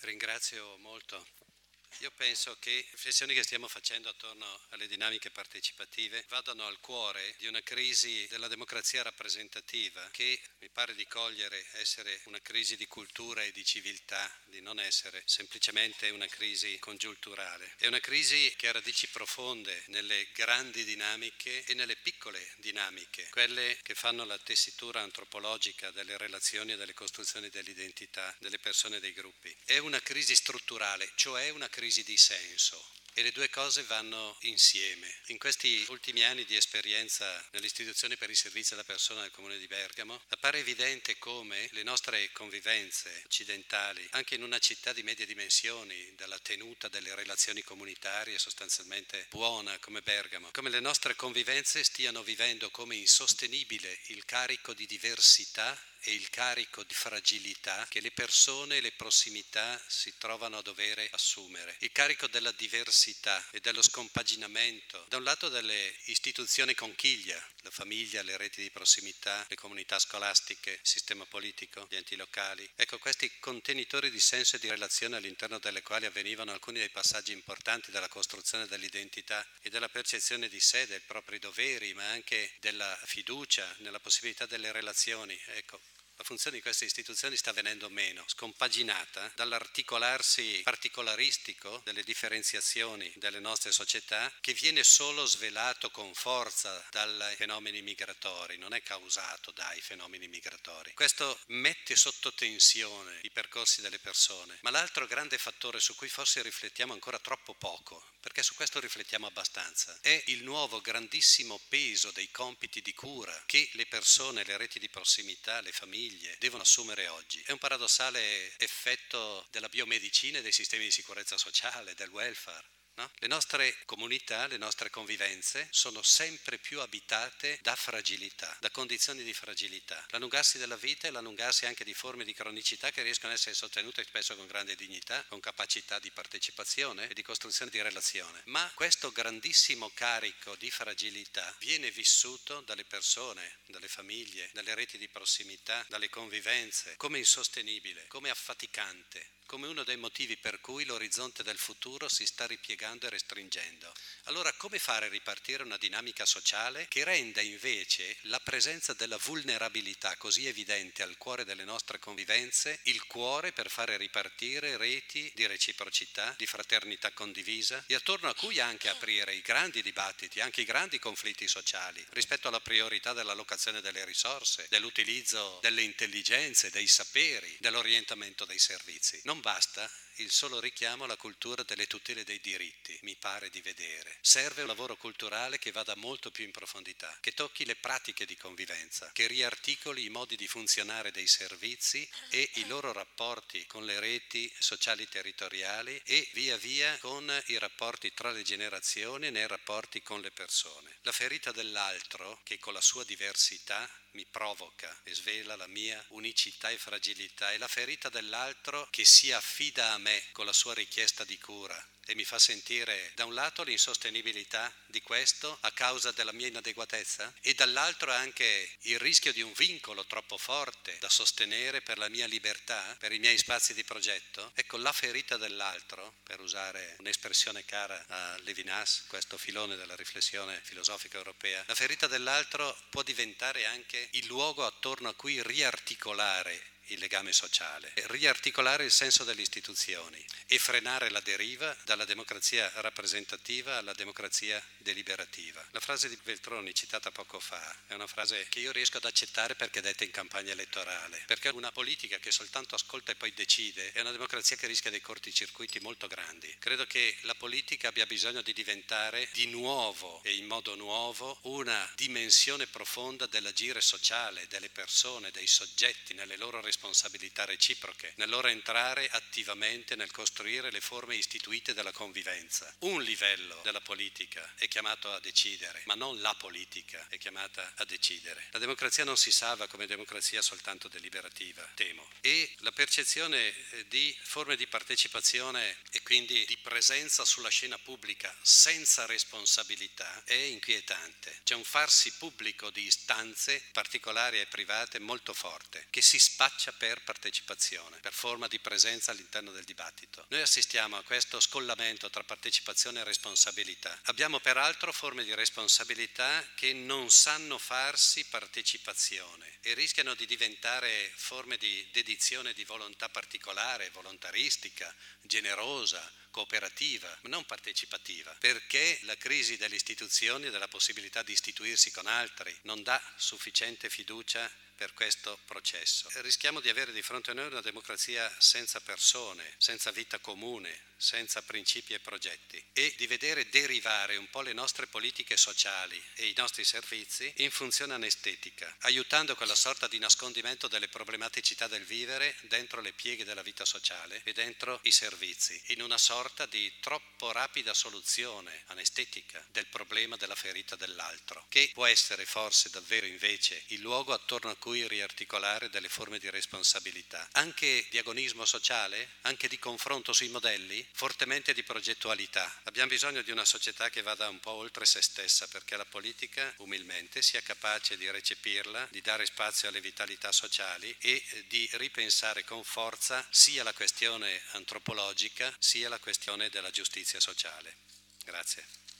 Ringrazio molto. Io penso che le riflessioni che stiamo facendo attorno alle dinamiche partecipative vadano al cuore di una crisi della democrazia rappresentativa che mi pare di cogliere essere una crisi di cultura e di civiltà, di non essere semplicemente una crisi congiunturale. È una crisi che ha radici profonde nelle grandi dinamiche e nelle piccole dinamiche, quelle che fanno la tessitura antropologica delle relazioni e delle costruzioni dell'identità delle persone e dei gruppi. È una crisi strutturale, cioè una crisi di senso. E le due cose vanno insieme. In questi ultimi anni di esperienza nell'istituzione per il servizio alla persona del Comune di Bergamo, appare evidente come le nostre convivenze occidentali, anche in una città di medie dimensioni, dalla tenuta delle relazioni comunitarie sostanzialmente buona come Bergamo, come le nostre convivenze stiano vivendo come insostenibile il carico di diversità e il carico di fragilità che le persone e le prossimità si trovano a dovere assumere. Il carico della diversità e dello scompaginamento, da un lato delle istituzioni conchiglia, la famiglia, le reti di prossimità, le comunità scolastiche, il sistema politico, gli enti locali. Ecco, questi contenitori di senso e di relazione all'interno delle quali avvenivano alcuni dei passaggi importanti della costruzione dell'identità e della percezione di sé, dei propri doveri, ma anche della fiducia nella possibilità delle relazioni. Ecco, la funzione di queste istituzioni sta venendo meno, scompaginata dall'articolarsi particolaristico delle differenziazioni delle nostre società, che viene solo svelato con forza dai fenomeni migratori, non è causato dai fenomeni migratori. Questo mette sotto tensione i percorsi delle persone, ma l'altro grande fattore su cui forse riflettiamo ancora troppo poco, perché su questo riflettiamo abbastanza, è il nuovo grandissimo peso dei compiti di cura che le persone, le reti di prossimità, le famiglie devono assumere oggi. È un paradossale effetto della biomedicina e dei sistemi di sicurezza sociale, del welfare. No? Le nostre comunità, le nostre convivenze sono sempre più abitate da fragilità, da condizioni di fragilità. L'allungarsi della vita e l'allungarsi anche di forme di cronicità che riescono ad essere sostenute spesso con grande dignità, con capacità di partecipazione e di costruzione di relazione. Ma questo grandissimo carico di fragilità viene vissuto dalle persone, dalle famiglie, dalle reti di prossimità, dalle convivenze, come insostenibile, come affaticante, come uno dei motivi per cui l'orizzonte del futuro si sta ripiegando e restringendo. Allora, come fare ripartire una dinamica sociale che renda invece la presenza della vulnerabilità così evidente al cuore delle nostre convivenze il cuore per fare ripartire reti di reciprocità, di fraternità condivisa e attorno a cui anche aprire i grandi dibattiti, anche i grandi conflitti sociali rispetto alla priorità dell'allocazione delle risorse, dell'utilizzo delle intelligenze, dei saperi, dell'orientamento dei servizi. Non basta il solo richiamo alla cultura delle tutele dei diritti, mi pare di vedere. Serve un lavoro culturale che vada molto più in profondità, che tocchi le pratiche di convivenza, che riarticoli i modi di funzionare dei servizi e i loro rapporti con le reti sociali territoriali e via via con i rapporti tra le generazioni e nei rapporti con le persone. La ferita dell'altro, che con la sua diversità mi provoca e svela la mia unicità e fragilità, è la ferita dell'altro che si affida a me con la sua richiesta di cura e mi fa sentire da un lato l'insostenibilità di questo a causa della mia inadeguatezza e dall'altro anche il rischio di un vincolo troppo forte da sostenere per la mia libertà, per i miei spazi di progetto. Ecco, la ferita dell'altro, per usare un'espressione cara a Levinas, questo filone della riflessione filosofica europea, la ferita dell'altro può diventare anche il luogo attorno a cui riarticolare il legame sociale, riarticolare il senso delle istituzioni e frenare la deriva dalla democrazia rappresentativa alla democrazia deliberativa. La frase di Veltroni citata poco fa è una frase che io riesco ad accettare perché è detta in campagna elettorale, perché una politica che soltanto ascolta e poi decide è una democrazia che rischia dei corticircuiti molto grandi. Credo che la politica abbia bisogno di diventare di nuovo e in modo nuovo una dimensione profonda dell'agire sociale, delle persone, dei soggetti, nelle loro responsabilità reciproche, nel loro entrare attivamente nel costruire le forme istituite della convivenza. Un livello della politica è chiamato a decidere, ma non la politica è chiamata a decidere. La democrazia non si salva come democrazia soltanto deliberativa, temo. E la percezione di forme di partecipazione e quindi di presenza sulla scena pubblica senza responsabilità è inquietante. C'è un farsi pubblico di istanze particolari e private molto forte che si spaccia nasce per partecipazione, per forma di presenza all'interno del dibattito. Noi assistiamo a questo scollamento tra partecipazione e responsabilità. Abbiamo peraltro forme di responsabilità che non sanno farsi partecipazione e rischiano di diventare forme di dedizione di volontà particolare, volontaristica, generosa, cooperativa, ma non partecipativa, perché la crisi delle istituzioni e della possibilità di istituirsi con altri non dà sufficiente fiducia per questo processo. Rischiamo di avere di fronte a noi una democrazia senza persone, senza vita comune, senza principi e progetti, e di vedere derivare un po' le nostre politiche sociali e i nostri servizi in funzione anestetica, aiutando quella sorta di nascondimento delle problematicità del vivere dentro le pieghe della vita sociale e dentro i servizi, in una sorta di troppo rapida soluzione anestetica del problema della ferita dell'altro, che può essere forse davvero invece il luogo attorno a cui riarticolare delle forme di responsabilità, anche di agonismo sociale, anche di confronto sui modelli, fortemente di progettualità. Abbiamo bisogno di una società che vada un po' oltre se stessa, perché la politica, umilmente, sia capace di recepirla, di dare spazio alle vitalità sociali e di ripensare con forza sia la questione antropologica sia la questione della giustizia sociale. Grazie.